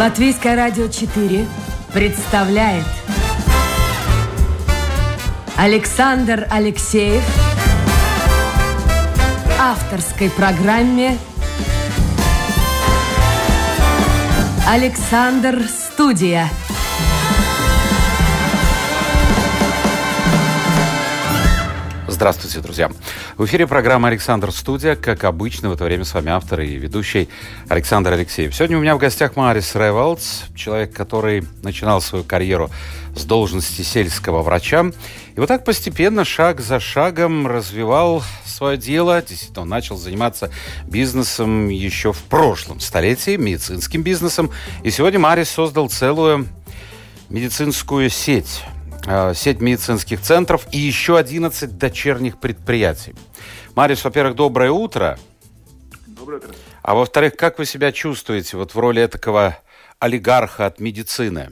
Латвийское радио 4 представляет Александр Алексеев в авторской программе «Александр Студия». Здравствуйте, друзья. В эфире программа «Александр Студия». Как обычно, в это время с вами автор и ведущий Александр Алексеев. Сегодня у меня в гостях Марис Ревалдс, человек, который начинал свою карьеру с должности сельского врача. И вот так постепенно, шаг за шагом развивал свое дело. Действительно, он начал заниматься бизнесом еще в прошлом столетии, медицинским бизнесом. И сегодня Марис создал целую медицинскую сеть медицинских центров и еще 11 дочерних предприятий. Марис, во-первых, доброе утро. Доброе утро. А во-вторых, как вы себя чувствуете вот в роли такого олигарха от медицины?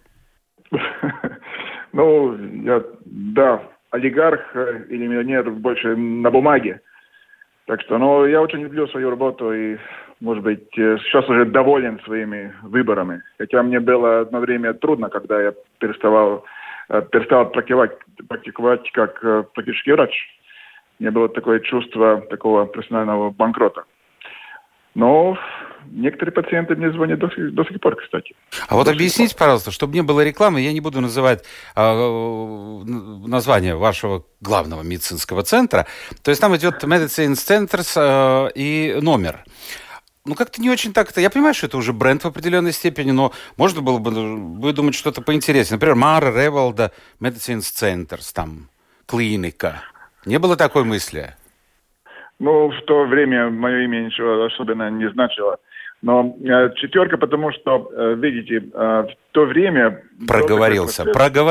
Ну, олигарх или миллионер больше на бумаге. Так что, я очень люблю свою работу и, может быть, сейчас уже доволен своими выборами. Хотя мне было одно время трудно, когда я перестал практиковать как практический врач. У меня было такое чувство такого профессионального банкрота. Но некоторые пациенты мне звонят до сих пор, кстати. А вот объясните, пожалуйста, чтобы не было рекламы, я не буду называть название вашего главного медицинского центра. То есть там идет Medicine Centers и номер. Как-то не очень так-то. Я понимаю, что это уже бренд в определенной степени, но можно было бы выдумать что-то поинтереснее. Например, Мара Ревалда Medicine Centers, там, клиника. Не было такой мысли? В то время мое имя ничего особенно не значило. Но четверка, потому что, видите, в то время... Проговорился.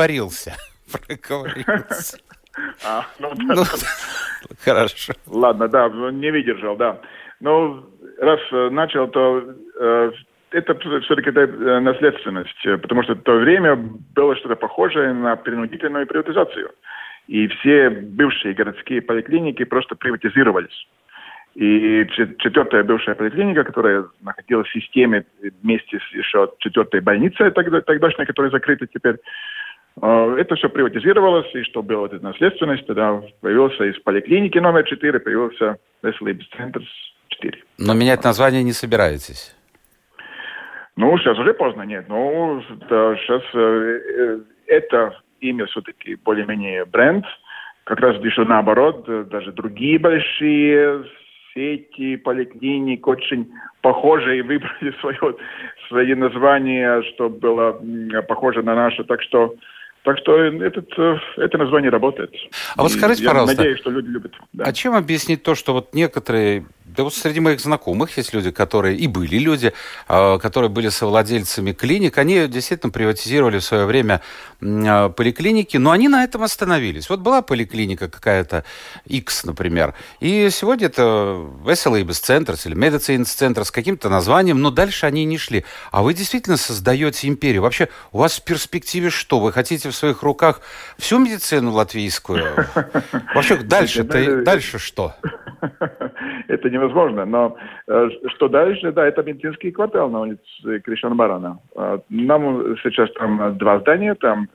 Хорошо. Ладно, да, не выдержал, да. Раз начал, то это все-таки наследственность, потому что в то время было что-то похожее на принудительную приватизацию. И все бывшие городские поликлиники просто приватизировались. И четвертая бывшая поликлиника, которая находилась в системе вместе с еще четвертой больницей тогдашней, которая закрыта теперь, это все приватизировалось, и что было эта наследственность, тогда появился из поликлиники номер 4, появился Veselības centrs 4. Но менять название не собираетесь? Сейчас уже поздно, нет. Сейчас это имя все-таки более-менее бренд. Как раз еще наоборот, даже другие большие сети, поликлиник очень похожие, выбрали свои названия, чтобы было похоже на наше. Так что это название работает. А вот скажите, пожалуйста, я надеюсь, что люди любят. Да. А чем объяснить то, что вот некоторые, среди моих знакомых есть люди, которые которые были совладельцами клиник, они действительно приватизировали в свое время поликлиники, но они на этом остановились. Вот была поликлиника какая-то X, например, и сегодня это Veselības centrs или Medicine Centers с каким-то названием, но дальше они не шли. А вы действительно создаете империю. Вообще, у вас в перспективе что? Вы хотите в своих руках всю медицину латвийскую? Вообще, дальше что? Это невозможно, но что дальше? Да, это медицинский квартал на улице Кришана Барана. Нам сейчас там 2 здания, там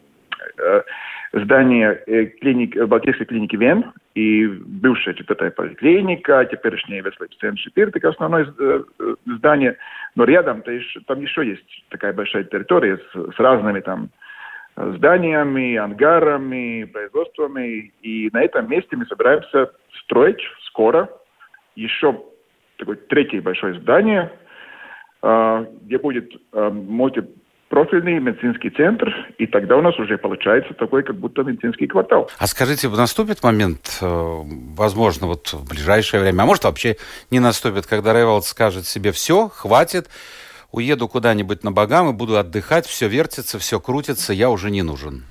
здание Балтийской клиники Вен и бывшая 4-я поликлиника, теперешняя Veselības centrs 4, это основное здание, но рядом там еще есть такая большая территория с разными там зданиями, ангарами, производствами, и на этом месте мы собираемся строить скоро еще такое 3-е большое здание, где будет мультипрофильный медицинский центр, и тогда у нас уже получается такой, как будто медицинский квартал. А скажите, наступит момент, возможно, вот в ближайшее время, а может вообще не наступит, когда Ревалдс скажет себе: все, хватит, уеду куда-нибудь на Багамы, буду отдыхать, все вертится, все крутится, я уже не нужен?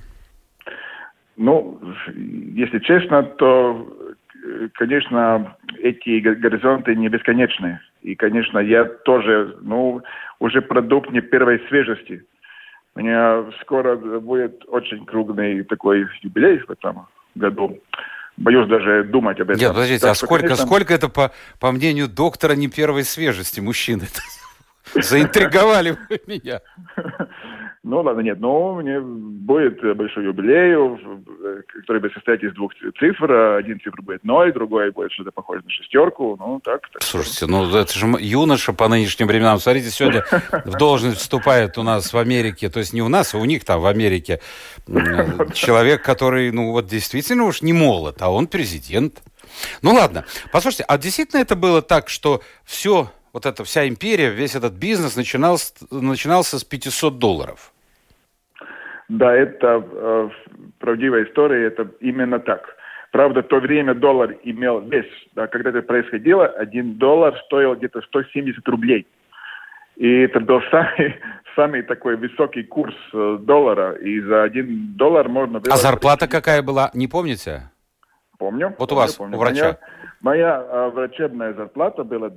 Если честно, то, конечно, эти горизонты не бесконечны. И, конечно, я тоже, уже продукт не первой свежести. У меня скоро будет очень круглый такой юбилей в этом году. Боюсь даже думать об этом. Нет, подождите, сколько это, по мнению доктора, не первой свежести мужчины? Заинтриговали вы меня. Ну, ладно, нет, но у меня будет большой юбилей, который будет состоять из 2 цифр. Один цифр будет 0, другой будет что-то похоже на 6. Ну, так. Слушайте, ну это же юноша по нынешним временам. Смотрите, сегодня в должность вступает у нас в Америке, то есть не у нас, а у них там в Америке человек, который, ну вот действительно уж не молод, а он президент. Ну ладно, послушайте, а действительно это было так, что все... Вот эта вся империя, весь этот бизнес начинался с $500? Да, это правдивая история, это именно так. Правда, в то время доллар имел вес. Да, когда это происходило, $1 стоил где-то 170 рублей. И это был самый такой высокий курс доллара. И за $1 можно было... А зарплата какая была, не помните? Помню. Вот у вас, у врача. Моя врачебная зарплата была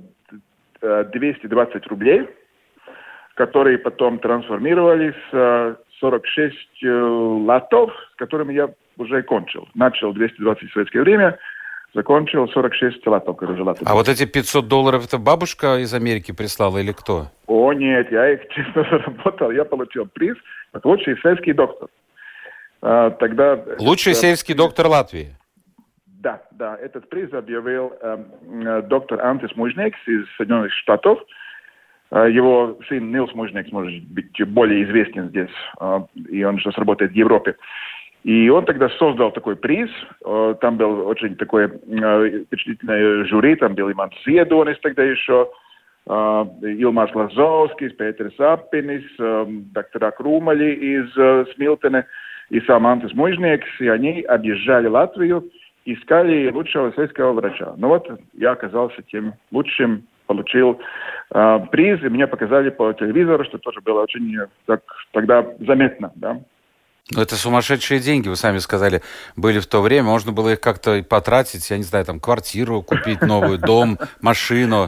220 рублей, которые потом трансформировались в 46 латов, с которыми я уже кончил. Начал 220 в советское время, закончил 46 латов. А вот эти $500 это бабушка из Америки прислала или кто? О, нет, я их честно заработал. Я получил приз как лучший сельский доктор. Тогда... Лучший сельский доктор Латвии? Да, этот приз объявил доктор Антис Мужникс из Соединенных Штатов. Его сын Нилс Мужникс, может быть, более известен здесь, и он сейчас работает в Европе. И он тогда создал такой приз. Там был очень такое впечатлительное жюри, там был Иманс Зиедонис тогда еще, Илмас Лазовскис, Петерс Аппинис, доктора Крумали из Смилтена и сам Антис Мужникс, и они объезжали Латвию, искали лучшего сельского врача. Ну вот, я оказался тем лучшим, получил приз, и меня показали по телевизору, что тоже было очень так, тогда заметно, да. Ну, это сумасшедшие деньги, вы сами сказали, были в то время. Можно было их как-то потратить, я не знаю, там, квартиру купить новую, дом, машину.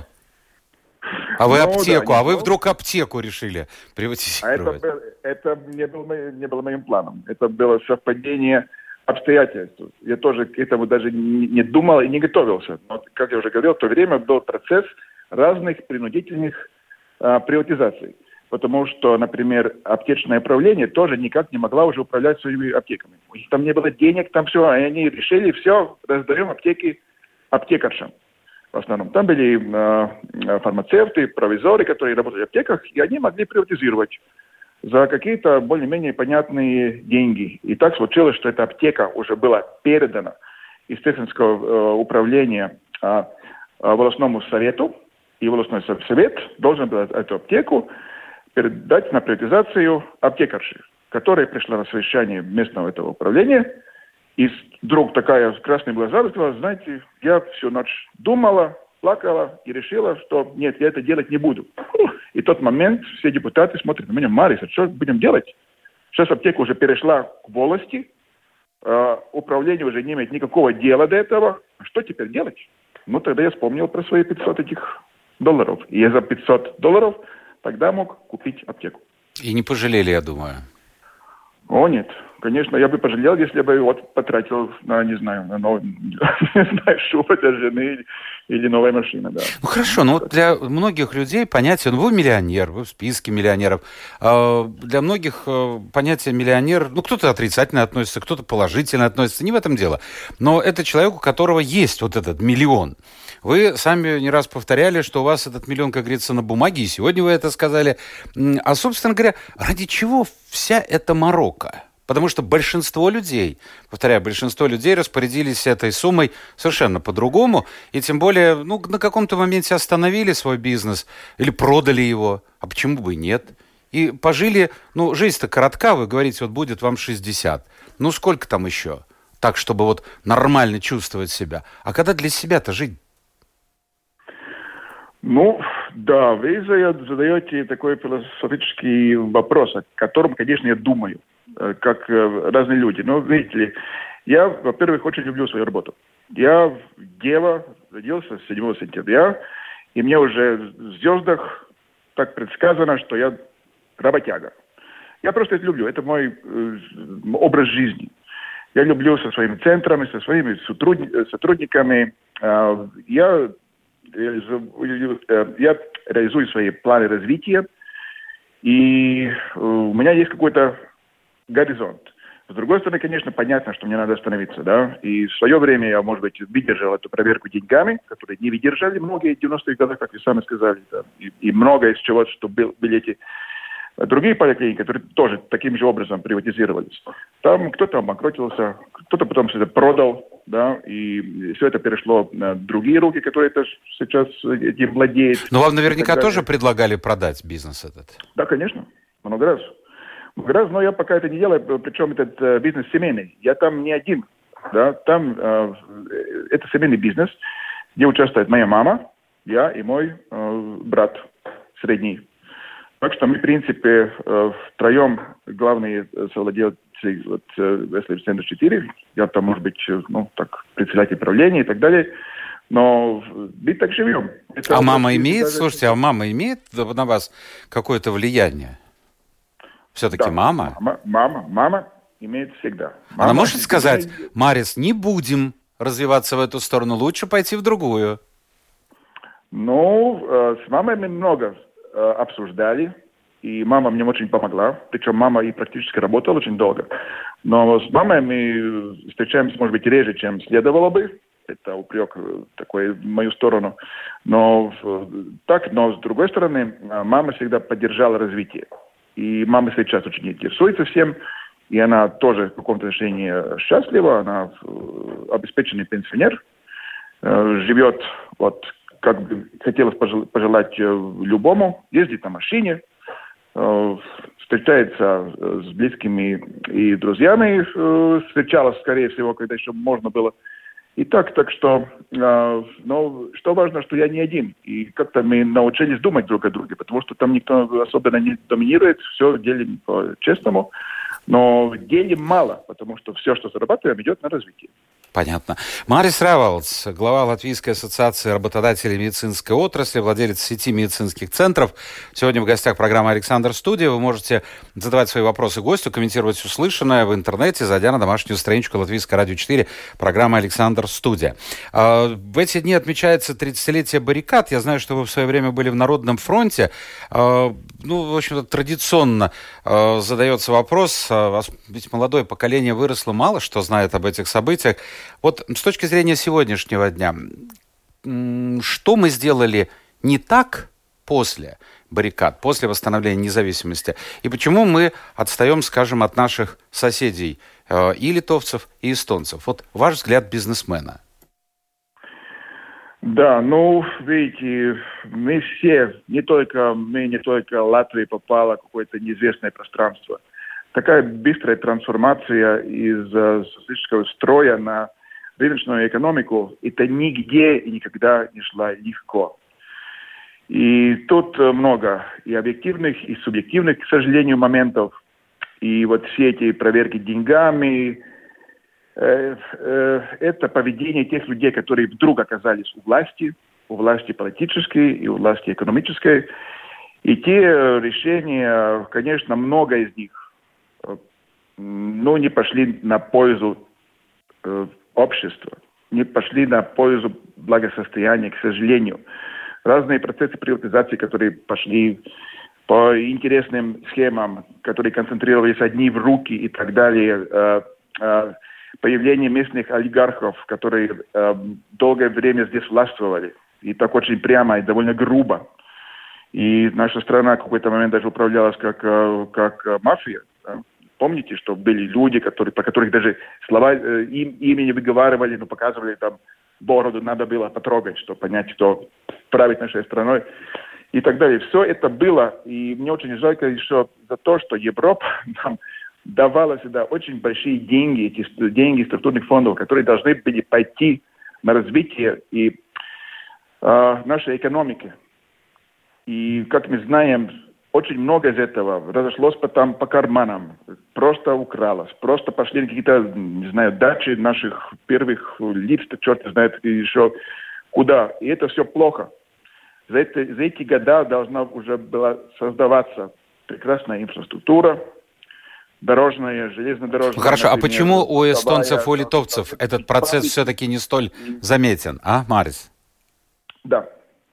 А вы аптеку, а вы вдруг аптеку решили приватизировать. Это не было моим планом. Это было совпадение обстоятельств. Я тоже к этому даже не думал и не готовился. Но, как я уже говорил, в то время был процесс разных принудительных приватизаций. Потому что, например, аптечное управление тоже никак не могла уже управлять своими аптеками. У них там не было денег, там все. И они решили, все, раздаем аптеки аптекаршам. В основном. Там были фармацевты, провизоры, которые работали в аптеках, и они могли приватизировать за какие-то более-менее понятные деньги. И так случилось, что эта аптека уже была передана из Технического управления волостному совету, и волостной совет должен был эту аптеку передать на приватизацию аптекарши, которая пришла на совещание местного этого управления, и вдруг такая с красными глазами сказала, знаете, я всю ночь думала, плакала и решила, что нет, я это делать не буду. И в тот момент все депутаты смотрят на меня, Марис, а что будем делать? Сейчас аптека уже перешла к волости, управление уже не имеет никакого дела до этого. Что теперь делать? Ну, тогда я вспомнил про свои $500. И я за $500 тогда мог купить аптеку. И не пожалели, я думаю. О, нет. Конечно, я бы пожалел, если бы вот потратил на, не знаю, на новую, не знаю, шубу для жены или новая машина, да. Ну, хорошо, но вот для многих людей понятие, ну, вы миллионер, вы в списке миллионеров. Для многих понятие миллионер, ну, кто-то отрицательно относится, кто-то положительно относится, не в этом дело. Но это человек, у которого есть вот этот миллион. Вы сами не раз повторяли, что у вас этот миллион, как говорится, на бумаге, и сегодня вы это сказали. А, собственно говоря, ради чего вся эта морока? Потому что большинство людей, повторяю, большинство людей распорядились этой суммой совершенно по-другому, и тем более, ну, на каком-то моменте остановили свой бизнес или продали его, а почему бы и нет? И пожили, ну, жизнь-то коротка, вы говорите, вот будет вам 60. Ну, сколько там еще? Так, чтобы вот нормально чувствовать себя. А когда для себя-то жить? Ну, да, вы задаете такой философический вопрос, о котором, конечно, я думаю, как разные люди. Но, видите ли, я, во-первых, очень люблю свою работу. Я в Дева родился 7 сентября, и мне уже в звездах так предсказано, что я работяга. Я просто это люблю, это мой образ жизни. Я люблю со своими центрами, со своими сотрудниками. Я реализую свои планы развития, и у меня есть какой-то горизонт. С другой стороны, конечно, понятно, что мне надо остановиться, да, и в свое время я, может быть, выдержал эту проверку деньгами, которые не выдержали многие в 90-х годах, как вы сами сказали, да, и многое из чего, что были эти другие поликлиники, которые тоже таким же образом приватизировались. Там кто-то обанкротился, кто-то потом все это продал, да, и все это перешло на другие руки, которые это сейчас этим владеют. Но вам наверняка тоже предлагали продать бизнес этот? Да, конечно, много раз. Но я пока это не делаю, причем этот бизнес семейный. Я там не один, да, там это семейный бизнес, где участвует моя мама, я и мой брат средний. Так что мы, в принципе, втроем главные совладельцы Westlake Center 4. Я там, может быть, председатель правления и так далее. Но мы так живем. А мама имеет, слушайте, мама имеет на вас какое-то влияние? Все-таки да, мама? Мама имеет всегда. Она может сказать, Марис, не будем развиваться в эту сторону, лучше пойти в другую? Ну, с мамой мы много обсуждали, и мама мне очень помогла. Причем мама и практически работала очень долго. Но с мамой мы встречаемся, может быть, реже, чем следовало бы. Это упрек такой в мою сторону. Но с другой стороны, мама всегда поддержала развитие. И мама сейчас очень интересуется всем, и она тоже в каком-то отношении счастлива, она обеспеченный пенсионер, живет, вот, как бы хотелось пожелать любому, ездит на машине, встречается с близкими и друзьями, встречалась, скорее всего, когда еще можно было. И так что, что важно, что я не один. И как-то мы научились думать друг о друге, потому что там никто особенно не доминирует, все делим по-честному. Но делим мало, потому что все, что зарабатываем, идет на развитие. Понятно. Марис Ревалдс, глава Латвийской ассоциации работодателей медицинской отрасли, владелец сети медицинских центров. Сегодня в гостях программы «Александр Студия». Вы можете задавать свои вопросы гостю, комментировать услышанное в интернете, зайдя на домашнюю страничку Латвийской радио 4, программа «Александр Студия». В эти дни отмечается 30-летие баррикад. Я знаю, что вы в свое время были в Народном фронте. В общем-то, традиционно задается вопрос, ведь молодое поколение выросло, мало что знает об этих событиях. Вот с точки зрения сегодняшнего дня, что мы сделали не так после баррикад, после восстановления независимости, и почему мы отстаем, скажем, от наших соседей, и литовцев, и эстонцев? Вот ваш взгляд бизнесмена. Да, видите, мы все, не только Латвия попала в какое-то неизвестное пространство. Такая быстрая трансформация из социалистического строя на рыночную экономику, это нигде и никогда не шла легко. И тут много и объективных, и субъективных, к сожалению, моментов. И вот все эти проверки деньгами, это поведение тех людей, которые вдруг оказались у власти политической и у власти экономической. И те решения, конечно, много из них, не пошли на пользу общества, не пошли на пользу благосостояния, к сожалению. Разные процессы приватизации, которые пошли по интересным схемам, которые концентрировались одни в руки и так далее, появление местных олигархов, которые долгое время здесь властвовали, и так очень прямо и довольно грубо. И наша страна в какой-то момент даже управлялась как мафия. Да? Помните, что были люди, про которых даже слова имени выговаривали, но показывали там бороду, надо было потрогать, чтобы понять, кто правит нашей страной и так далее. Все это было, и мне очень жалко еще за то, что Европа нам давала сюда очень большие деньги, эти деньги структурных фондов, которые должны были пойти на развитие и нашей экономики. И, как мы знаем, очень много из этого разошлось потом по карманам, просто укралось, просто пошли на какие-то, не знаю, дачи наших первых лиц, черт знает еще куда. И это все плохо. За эти года должна уже была создаваться прекрасная инфраструктура, дорожная, железнодорожная. Хорошо, например, а почему у эстонцев, у литовцев этот процесс все-таки не столь заметен, Марис? Да.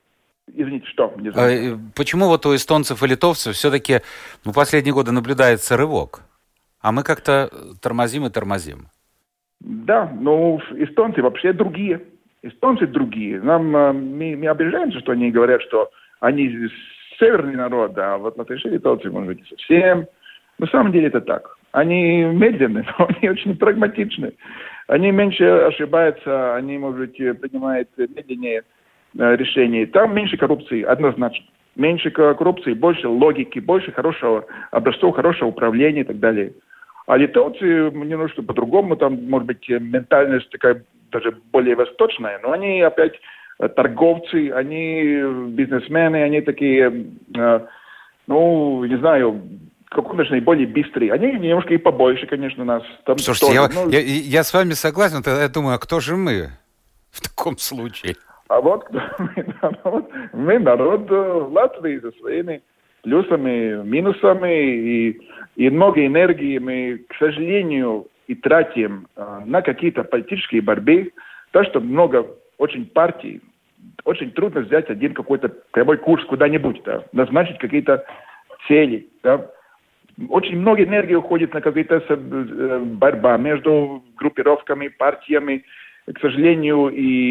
Извините, что? Почему вот у эстонцев и литовцев все-таки в последние годы наблюдается рывок, а мы как-то тормозим и тормозим? Да, но эстонцы вообще другие. Эстонцы другие. Мы обижаемся, что они говорят, что они северный народ, а вот латыши и литовцы, может быть, не совсем. На самом деле это так. Они медленные, но они очень прагматичны. Они меньше ошибаются, они, может быть, принимают медленнее решений. Там меньше коррупции, однозначно. Меньше коррупции, больше логики, больше хорошего образцов, хорошего управления и так далее. А литовцы немножко по-другому, там, может быть, ментальность такая даже более восточная, но они опять торговцы, они бизнесмены, они такие, не знаю, какой-то наиболее быстрые. Они немножко и побольше, конечно, нас. Там слушайте, я с вами согласен, тогда я думаю, а кто же мы в таком случае? А вот мы народ Латвии со своими плюсами, минусами и много энергии мы, к сожалению, и тратим на какие-то политические борьбы. Так что много очень партий, очень трудно взять один какой-то прямой курс куда-нибудь, да, назначить какие-то цели. Да. Очень много энергии уходит на какие-то борьба между группировками, партиями, к сожалению,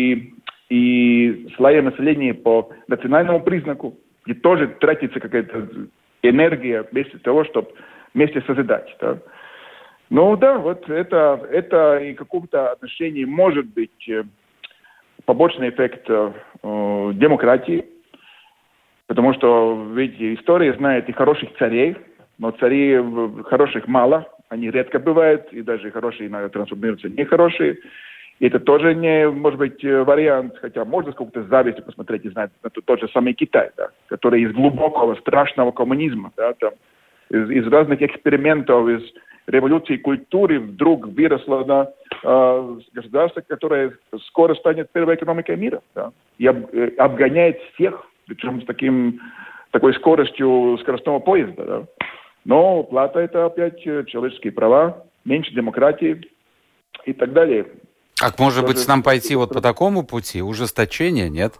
и слоя населения по национальному признаку, где тоже тратится какая-то энергия вместо того, чтобы вместе созидать. Да. Ну да, вот это и в каком-то отношении может быть побочный эффект демократии, потому что, видите, история знает и хороших царей, но царей хороших мало, они редко бывают, и даже хорошие иногда трансформируются нехорошие. И это тоже не, может быть, вариант, хотя можно с какой-то завистью посмотреть, не знаю, на тот же самый Китай, да, который из глубокого, страшного коммунизма, да, там, из разных экспериментов, из революции культуры вдруг выросло на государство, которое скоро станет первой экономикой мира, да, и обгоняет всех, причем с такой скоростью скоростного поезда. Да. Но плата – это опять человеческие права, меньше демократии и так далее. Так, может быть, нам пойти вот по такому пути? Ужесточения, нет?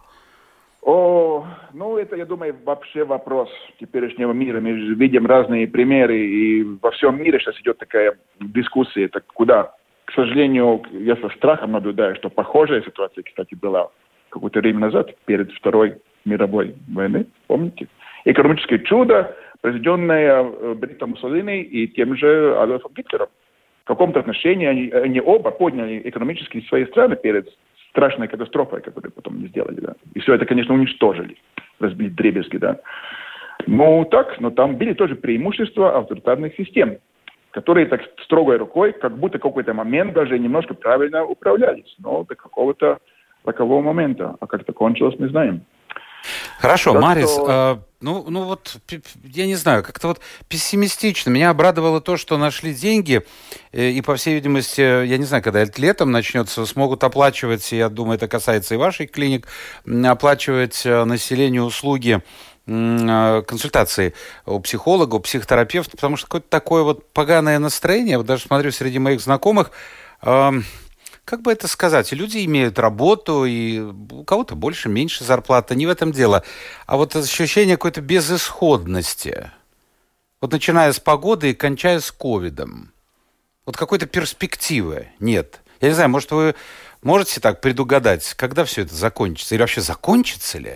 Это, я думаю, вообще вопрос теперешнего мира. Мы видим разные примеры, и во всем мире сейчас идет такая дискуссия. Так куда? К сожалению, я со страхом наблюдаю, что похожая ситуация, кстати, была какое-то время назад, перед Второй мировой войной, помните? Экономическое чудо, произведенное Бенито Муссолини и тем же Адольфом Гитлером. В каком-то отношении они оба подняли экономически свои страны перед страшной катастрофой, которую потом не сделали. Да. И все это, конечно, уничтожили, разбили вдребезги. Да. Но там были тоже преимущества авторитарных систем, которые так строгой рукой, как будто в какой-то момент даже немножко правильно управлялись. Но до какого-то такового момента. А как это кончилось, мы знаем. Хорошо, Марис, я не знаю, как-то вот пессимистично. Меня обрадовало то, что нашли деньги, и, по всей видимости, я не знаю, когда это летом начнется, смогут оплачивать, я думаю, это касается и ваших клиник, оплачивать населению услуги консультации у психолога, у психотерапевта, потому что какое-то такое вот поганое настроение, вот даже смотрю среди моих знакомых, как бы это сказать, люди имеют работу, и у кого-то больше, меньше зарплата, не в этом дело. А вот ощущение какой-то безысходности. Вот начиная с погоды и кончая с ковидом. Вот какой-то перспективы нет. Я не знаю, может, вы можете так предугадать, когда все это закончится? Или вообще закончится ли?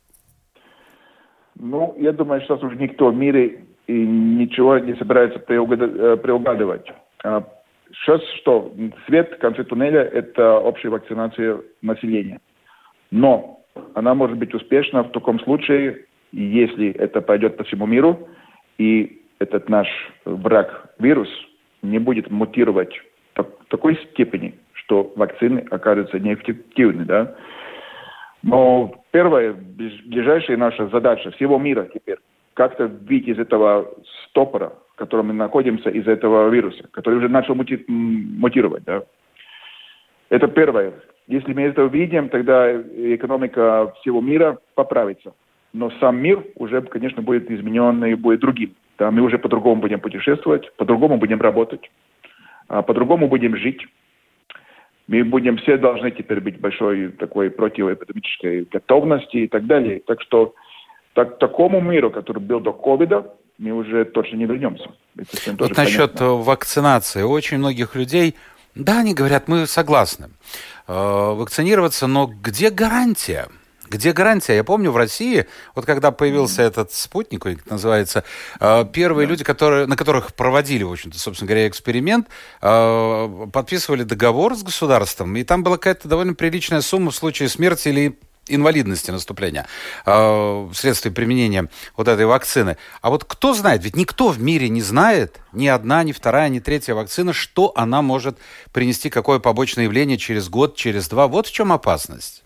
Я думаю, сейчас уже никто в мире и ничего не собирается приугадывать. Сейчас что? Свет в конце туннеля – это общая вакцинация населения. Но она может быть успешна в таком случае, если это пойдет по всему миру, и этот наш враг, вирус, не будет мутировать в такой степени, что вакцины окажутся неэффективны. Да? Но первая, ближайшая наша задача всего мира теперь – как-то выйти из этого стопора, в котором мы находимся из-за этого вируса, который уже начал мутировать. Да? Это первое. Если мы это увидим, тогда экономика всего мира поправится. Но сам мир уже, конечно, будет изменен и будет другим. Да? Мы уже по-другому будем путешествовать, по-другому будем работать, по-другому будем жить. Мы будем все должны теперь быть большой такой противоэпидемической готовности и так далее. Так что к такому миру, который был до ковида, мы уже точно не вернемся. Вот насчет вакцинации. У очень многих людей, да, они говорят, мы согласны вакцинироваться, но где гарантия? Где гарантия? Я помню, в России, вот когда появился этот спутник, как называется, первые люди, на которых проводили, в общем-то, собственно говоря, эксперимент, подписывали договор с государством, и там была какая-то довольно приличная сумма в случае смерти или инвалидности наступления вследствие применения вот этой вакцины. А вот кто знает, ведь никто в мире не знает, ни одна, ни вторая, ни третья вакцина, что она может принести, какое побочное явление через год, через два. Вот в чем опасность.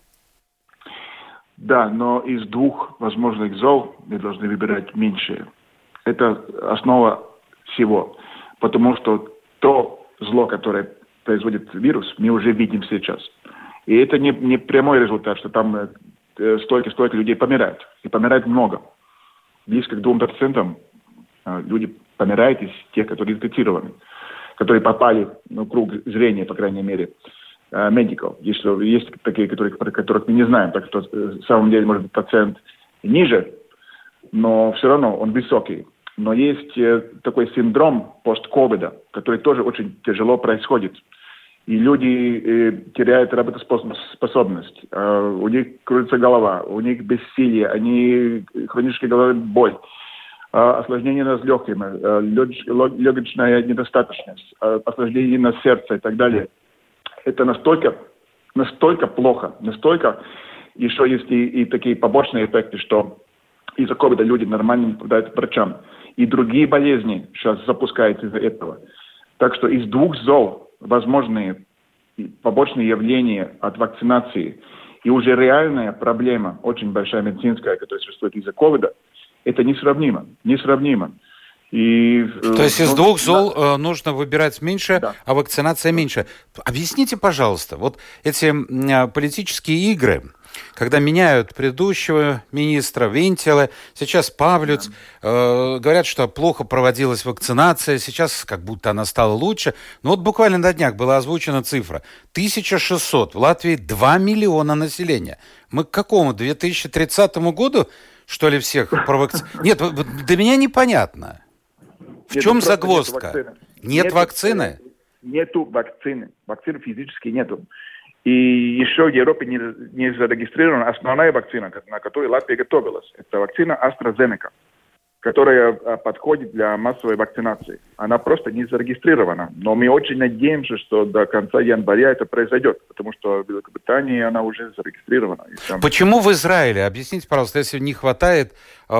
Да, но из двух возможных зол мы должны выбирать меньшее. Это основа всего. Потому что то зло, которое производит вирус, мы уже видим сейчас. И это не прямой результат, что там столько людей помирают. И помирает много. Близко к 2% люди помирают из тех, которые инфицированы, которые попали в круг зрения, по крайней мере, медиков. Есть такие, про которых мы не знаем, так что на самом деле может быть пациент ниже, но все равно он высокий. Но есть такой синдром постковида, который тоже очень тяжело происходит. И люди теряют работоспособность, у них кружится голова, у них бессилие, они хроническая головная боль, осложнения с легкими, легочная недостаточность, осложнения на сердце и так далее. Это настолько плохо, настолько еще есть и такие побочные эффекты, что из-за ковида люди нормально не попадают к врачам. И другие болезни сейчас запускаются из-за этого. Так что из двух зол возможные побочные явления от вакцинации и уже реальная проблема, очень большая медицинская, которая существует из-за ковида, это несравнимо. То есть из двух зол нужно выбирать меньше, да, а вакцинация меньше. Объясните, пожалуйста, вот эти политические игры, когда меняют предыдущего министра, Вентила, сейчас Павлюц, говорят, что плохо проводилась вакцинация, сейчас как будто она стала лучше. Но вот буквально на днях была озвучена цифра. 1600, в Латвии 2 миллиона населения. Мы к какому, 2030 году, что ли, всех провакцинировали? Нет, для меня непонятно. В чем загвоздка? Нет вакцины? Нету вакцины. Вакцины физически нету. И еще в Европе не зарегистрирована основная вакцина, на которой Латвия готовилась. Это вакцина AstraZeneca, которая подходит для массовой вакцинации. Она просто не зарегистрирована. Но мы очень надеемся, что до конца января это произойдет, потому что в Великобритании она уже зарегистрирована. Почему в Израиле? Объясните, пожалуйста, если не хватает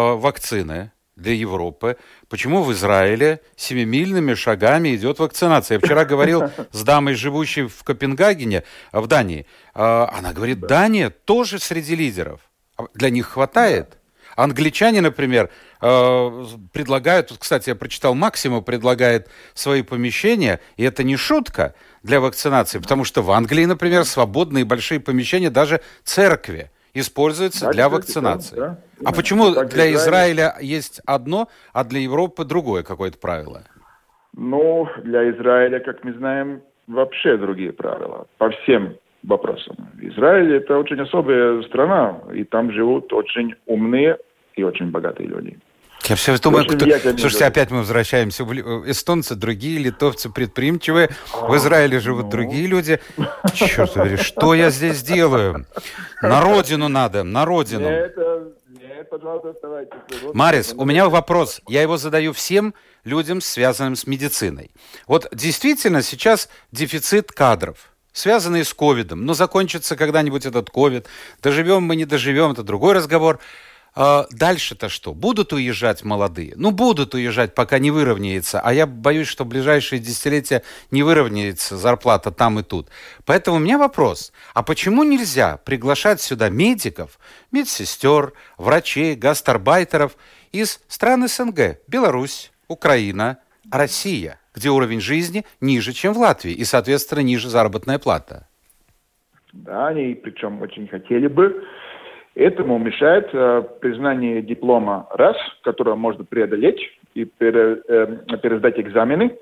вакцины для Европы, почему в Израиле семимильными шагами идет вакцинация? Я вчера говорил с дамой, живущей в Копенгагене, в Дании. Она говорит, Дания тоже среди лидеров. Для них хватает. Англичане, например, предлагают, кстати, я прочитал, Максима предлагает свои помещения, и это не шутка для вакцинации, потому что в Англии, например, свободные большие помещения, даже церкви, используются для вакцинации. Да. А почему для Израиля есть одно, а для Европы другое какое-то правило? Ну, для Израиля, как мы знаем, вообще другие правила по всем вопросам. Израиль – это очень особая страна, и там живут очень умные и очень богатые люди. Я все думаю, слушайте, опять мы возвращаемся. Эстонцы другие, литовцы предприимчивые. В Израиле живут другие люди. Черт побери, что я здесь делаю? На родину надо, на родину. Нет, пожалуйста, оставайтесь. Марис, у меня вопрос. Я его задаю всем людям, связанным с медициной. Вот действительно сейчас дефицит кадров, связанный с ковидом. Но закончится когда-нибудь этот ковид. Доживем мы, не доживем, это другой разговор. Дальше-то что? Будут уезжать молодые? Ну, будут уезжать, пока не выровняется. А я боюсь, что в ближайшие десятилетия не выровняется зарплата там и тут. Поэтому у меня вопрос. А почему нельзя приглашать сюда медиков, медсестер, врачей, гастарбайтеров из стран СНГ? Беларусь, Украина, Россия, где уровень жизни ниже, чем в Латвии. И, соответственно, ниже заработная плата. Да, они причем очень хотели бы. Этому мешает признание диплома РАС, которое можно преодолеть и пересдать экзамены.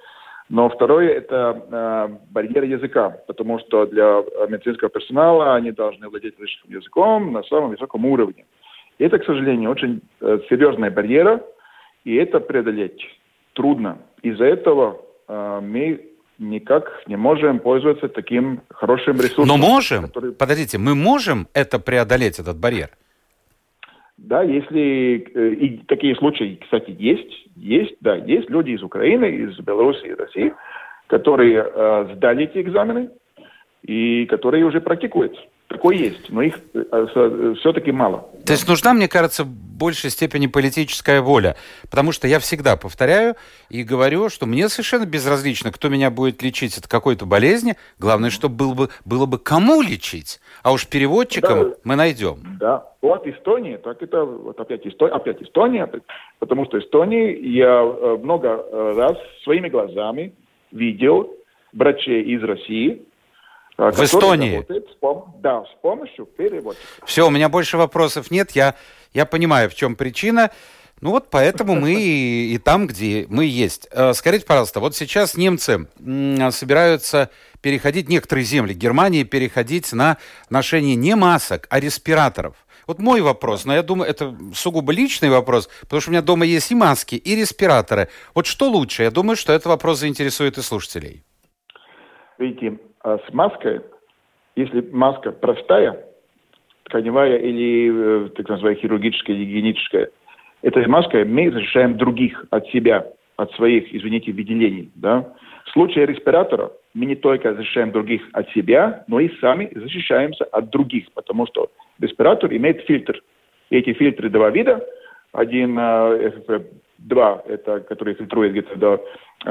Но второе – это барьер языка, потому что для медицинского персонала они должны владеть русским языком на самом высоком уровне. И это, к сожалению, очень серьезная барьера, и это преодолеть трудно. Из-за этого мы никак не можем пользоваться таким хорошим ресурсом. Но можем? Подождите, мы можем это преодолеть, этот барьер? Да, если и такие случаи, кстати, есть люди из Украины, из Беларуси и России, которые сдали эти экзамены и которые уже практикуют. Такое есть, но их все-таки мало. То есть нужна, мне кажется, в большей степени политическая воля. Потому что я всегда повторяю и говорю, что мне совершенно безразлично, кто меня будет лечить от какой-то болезни. Главное, чтобы было бы кому лечить. А уж переводчикам мы найдем. Да, вот Эстония, так это вот опять Эстония, потому что Эстонии я много раз своими глазами видел врачей из России, в Эстонии? С помощью переводчиков. Все, у меня больше вопросов нет. Я понимаю, в чем причина. Ну вот поэтому мы и там, где мы есть. Скажите, пожалуйста, вот сейчас немцы собираются переходить, некоторые земли Германии, переходить на ношение не масок, а респираторов. Вот мой вопрос, но я думаю, это сугубо личный вопрос, потому что у меня дома есть и маски, и респираторы. Вот что лучше? Я думаю, что этот вопрос заинтересует и слушателей. Видите, с маской, если маска простая, тканевая или так называемая хирургическая, гигиеническая, этой маской мы защищаем других от себя, от своих, выделений. Да? В случае респиратора мы не только защищаем других от себя, но и сами защищаемся от других, потому что респиратор имеет фильтр. И эти фильтры два вида. Один FFP2, это, который фильтрует где-то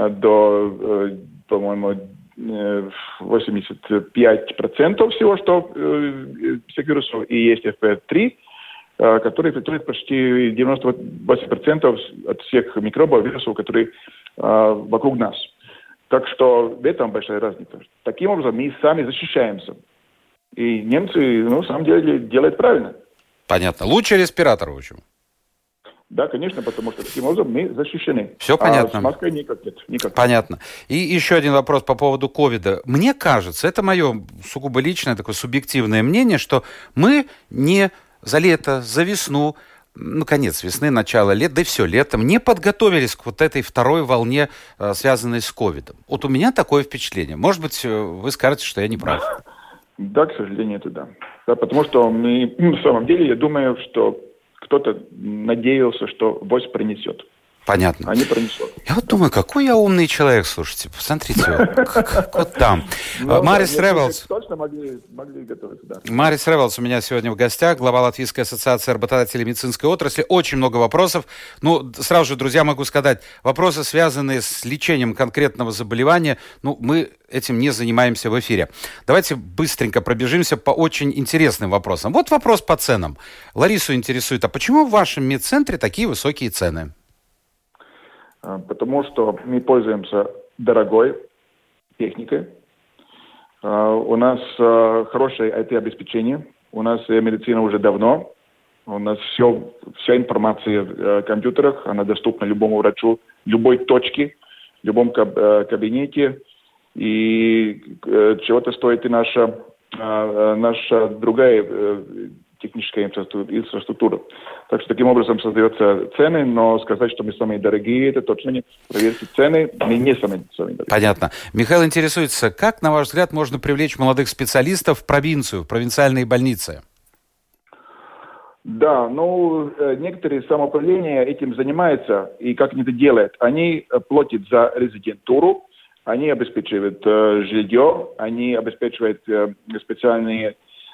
до по-моему, 85% всего, что всех вирусов, и есть FP3, который фильтрует почти 98% от всех микробов, вирусов, которые вокруг нас. Так что в этом большая разница. Таким образом, мы сами защищаемся. И немцы, на самом деле, делают правильно. Понятно. Лучше респиратор, в общем. Да, конечно, потому что таким образом мы защищены. Все понятно. А с маской никак нет. Понятно. И еще один вопрос по поводу ковида. Мне кажется, это мое сугубо личное, такое субъективное мнение, что мы не за лето, за весну, конец весны, начало лета, да и все, летом, не подготовились к вот этой второй волне, связанной с ковидом. Вот у меня такое впечатление. Может быть, вы скажете, что я не прав. Да, к сожалению, это да. Да, потому что мы, на самом деле, я думаю, что кто-то надеялся, что вось принесет. Понятно. А не принесет. Я вот думаю, какой я умный человек, слушайте. Посмотрите, как вот там. Марис Ревелс. Точно могли готовиться, да. Марис Ревелс у меня сегодня в гостях, глава Латвийской ассоциации работодателей медицинской отрасли. Очень много вопросов. Сразу же, друзья, могу сказать, вопросы, связанные с лечением конкретного заболевания, мы этим не занимаемся в эфире. Давайте быстренько пробежимся по очень интересным вопросам. Вот вопрос по ценам. Ларису интересует, а почему в вашем медцентре такие высокие цены? Потому что мы пользуемся дорогой техникой. У нас хорошее IT-обеспечение. У нас медицина уже давно. У нас вся информация в компьютерах. Она доступна любому врачу, любой точке, в любом кабинете. И чего-то стоит и наша другая техническая инфраструктура. Так что таким образом создаются цены, но сказать, что мы самые дорогие, это точно нет. Проверьте цены, мы не самые дорогие. Понятно. Михаил интересуется, как, на ваш взгляд, можно привлечь молодых специалистов в провинцию, в провинциальные больницы? Да, некоторые самоуправления этим занимаются, и как они это делают? Они платят за резидентуру, они обеспечивают жилье, они обеспечивают специальные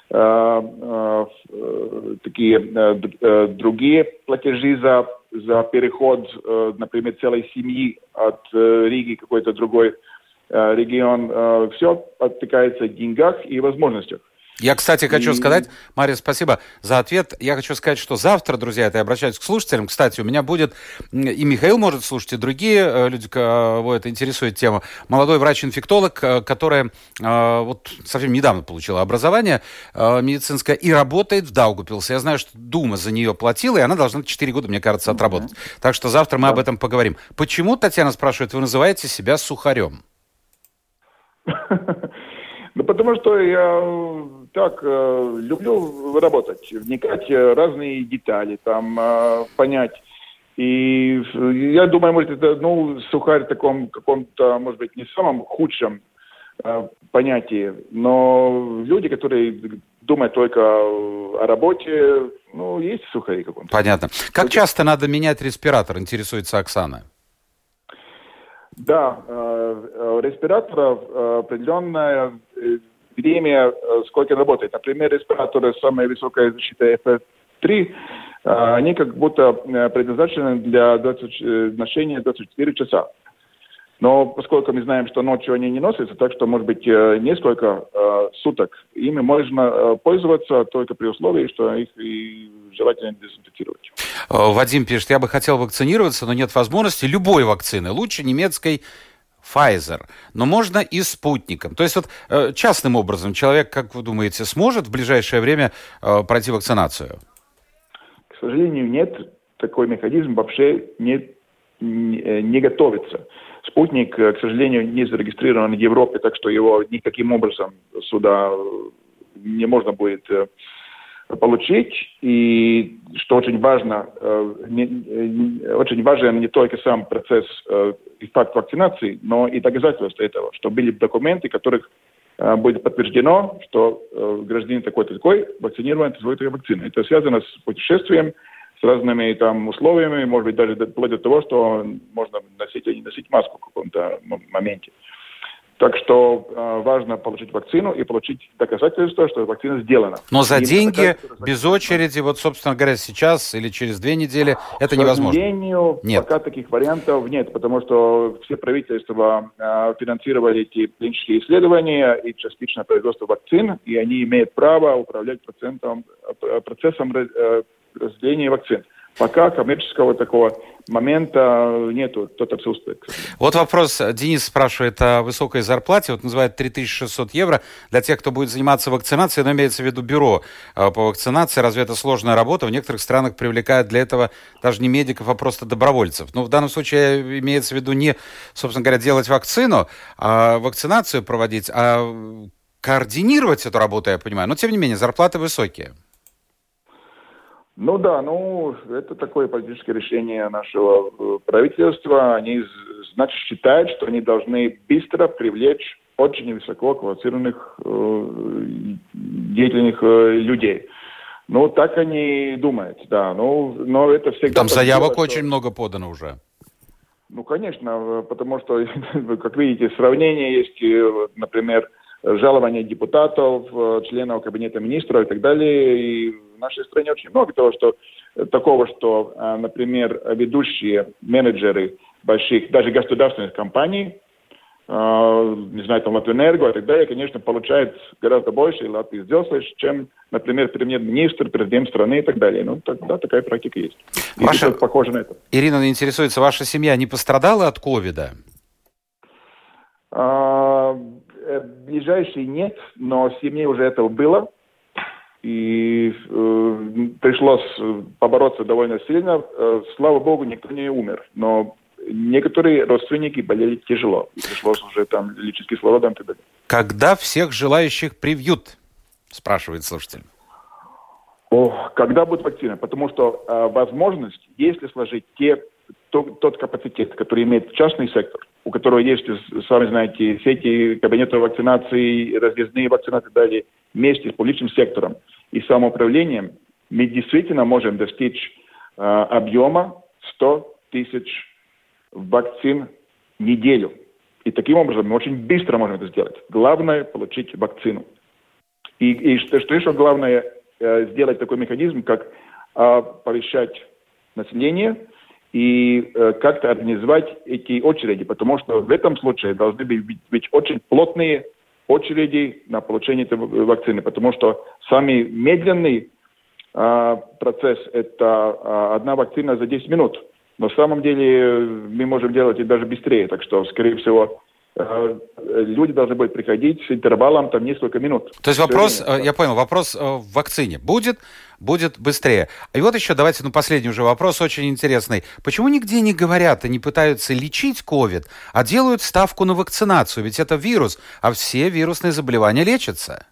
такие другие платежи за переход, например, целой семьи от Риги к какой-то другой регион. Все отвлекается в деньгах и возможностях. Я, кстати, хочу сказать, Мария, спасибо за ответ. Я хочу сказать, что завтра, друзья, это я обращаюсь к слушателям. Кстати, у меня будет, и Михаил может слушать, и другие люди, кого это интересует тема, молодой врач-инфектолог, которая вот совсем недавно получила образование медицинское и работает в Даугавпилсе. Я знаю, что Дума за нее платила, и она должна 4 года, мне кажется, отработать. Так что завтра мы об этом поговорим. Почему, Татьяна спрашивает, вы называете себя сухарем? Ну, потому что я так люблю работать, вникать в разные детали, там, понять. И я думаю, может, это, сухарь в таком каком-то, может быть, не самом худшем понятии, но люди, которые думают только о работе, есть сухари каком-то. Понятно. Как часто надо менять респиратор, интересуется Оксана? Да, респиратор определенное время, сколько работает. Например, респираторы с самой высокой защитой FF3, они как будто предназначены для ношения 24 часа. Но поскольку мы знаем, что ночью они не носятся, так что, может быть, несколько суток, ими можно пользоваться только при условии, что их и желательно дезинфицировать. Вадим пишет, я бы хотел вакцинироваться, но нет возможности любой вакцины. Лучше немецкой Pfizer. Но можно и спутником. То есть вот частным образом человек, как вы думаете, сможет в ближайшее время пройти вакцинацию? К сожалению, нет. Такой механизм вообще не готовится. Спутник, к сожалению, не зарегистрирован в Европе, так что его никаким образом сюда не можно будет получить. И что очень важно, очень важен не только сам процесс и факт вакцинации, но и доказательства этого, что были документы, в которых будет подтверждено, что гражданин такой-такой вакцинирован такой-то вакциной. Это связано с путешествием, с разными там условиями, может быть, даже вплоть до того, что можно носить или не носить маску в каком-то моменте. Так что важно получить вакцину и получить доказательство, что вакцина сделана. Но за деньги, без очереди, вот, собственно говоря, сейчас или через 2 недели, это невозможно. К сожалению, пока таких вариантов нет, потому что все правительства финансировали эти клинические исследования и частично производство вакцин, и они имеют право управлять процессом разделения вакцин. Пока коммерческого такого момента нету, тот отсутствует. Вот вопрос. Денис спрашивает о высокой зарплате. Вот называют 3600 евро для тех, кто будет заниматься вакцинацией, но имеется в виду бюро по вакцинации. Разве это сложная работа? В некоторых странах привлекают для этого даже не медиков, а просто добровольцев. Но в данном случае имеется в виду не, собственно говоря, делать вакцину, а вакцинацию проводить, а координировать эту работу, я понимаю. Но, тем не менее, зарплаты высокие. Это такое политическое решение нашего правительства. Они, значит, считают, что они должны быстро привлечь очень высоко квалифицированных деятельных людей. Так они думают, да. Но это всегда... Там заявок очень много подано уже. Конечно, потому что, как видите, сравнение есть, например, жалования депутатов, членов Кабинета министров и так далее. И в нашей стране очень много такого, что, например, ведущие менеджеры больших, даже государственных компаний, не знаю, там Латвэнерго и так далее, конечно, получают гораздо больше, Латвии сделали, чем, например, премьер-министр, президент страны и так далее. Тогда такая практика есть. И похоже на это. Ирина интересуется, ваша семья не пострадала от ковида? Ближайший нет, но в семье уже этого было. И пришлось побороться довольно сильно. Слава богу, никто не умер. Но некоторые родственники болели тяжело. И пришлось уже там лечить кислородом и так далее. Когда всех желающих привьют? Спрашивает слушатель. Когда будет вакцина? Потому что возможность, если сложить тот капацитет, который имеет частный сектор, у которого есть, сами знаете, сети кабинетов вакцинации, разъездные вакцинации и так далее, вместе с публичным сектором и самоуправлением, мы действительно можем достичь объема 100 тысяч вакцин в неделю. И таким образом мы очень быстро можем это сделать. Главное – получить вакцину. И что еще главное – сделать такой механизм, как оповещать население и как-то организовать эти очереди, потому что в этом случае должны быть очень плотные очереди на получение этой вакцины, потому что самый медленный процесс – это одна вакцина за 10 минут. Но на самом деле мы можем делать и даже быстрее, так что, скорее всего, люди должны будут приходить с интервалом там несколько минут. То есть вопрос, я понял, вопрос в вакцине. Будет быстрее. И вот еще давайте, последний уже вопрос, очень интересный. Почему нигде не говорят и не пытаются лечить ковид, а делают ставку на вакцинацию? Ведь это вирус, а все вирусные заболевания лечатся.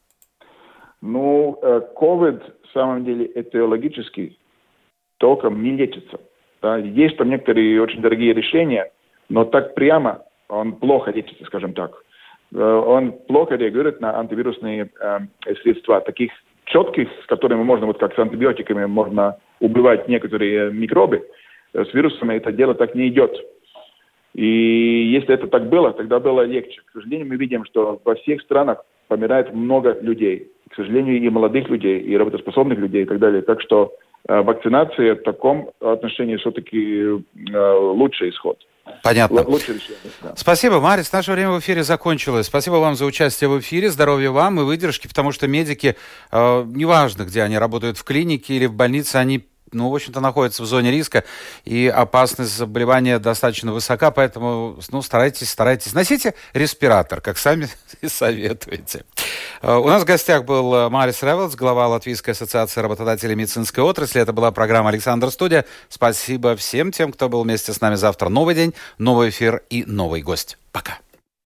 Ковид, в самом деле, этиологически толком не лечится. Да? Есть там некоторые очень дорогие решения, но так прямо он плохо лечится, скажем так. Он плохо реагирует на антивирусные средства, таких четких, с которыми можно, как с антибиотиками, можно убивать некоторые микробы. С вирусами это дело так не идет. И если это так было, тогда было легче. К сожалению, мы видим, что во всех странах помирает много людей. К сожалению, и молодых людей, и работоспособных людей, и так далее. Так что вакцинация в таком отношении все-таки лучший исход. Понятно. Лучше решение, да. Спасибо, Марис. Наше время в эфире закончилось. Спасибо вам за участие в эфире. Здоровья вам и выдержки, потому что медики, неважно, где они работают, в клинике или в больнице, они, в общем-то, находятся в зоне риска, и опасность заболевания достаточно высока, поэтому, старайтесь. Носите респиратор, как сами и советуете. У нас в гостях был Марис Ревелдс, глава Латвийской ассоциации работодателей медицинской отрасли. Это была программа «Александр Студия». Спасибо всем тем, кто был вместе с нами. Завтра новый день, новый эфир и новый гость. Пока.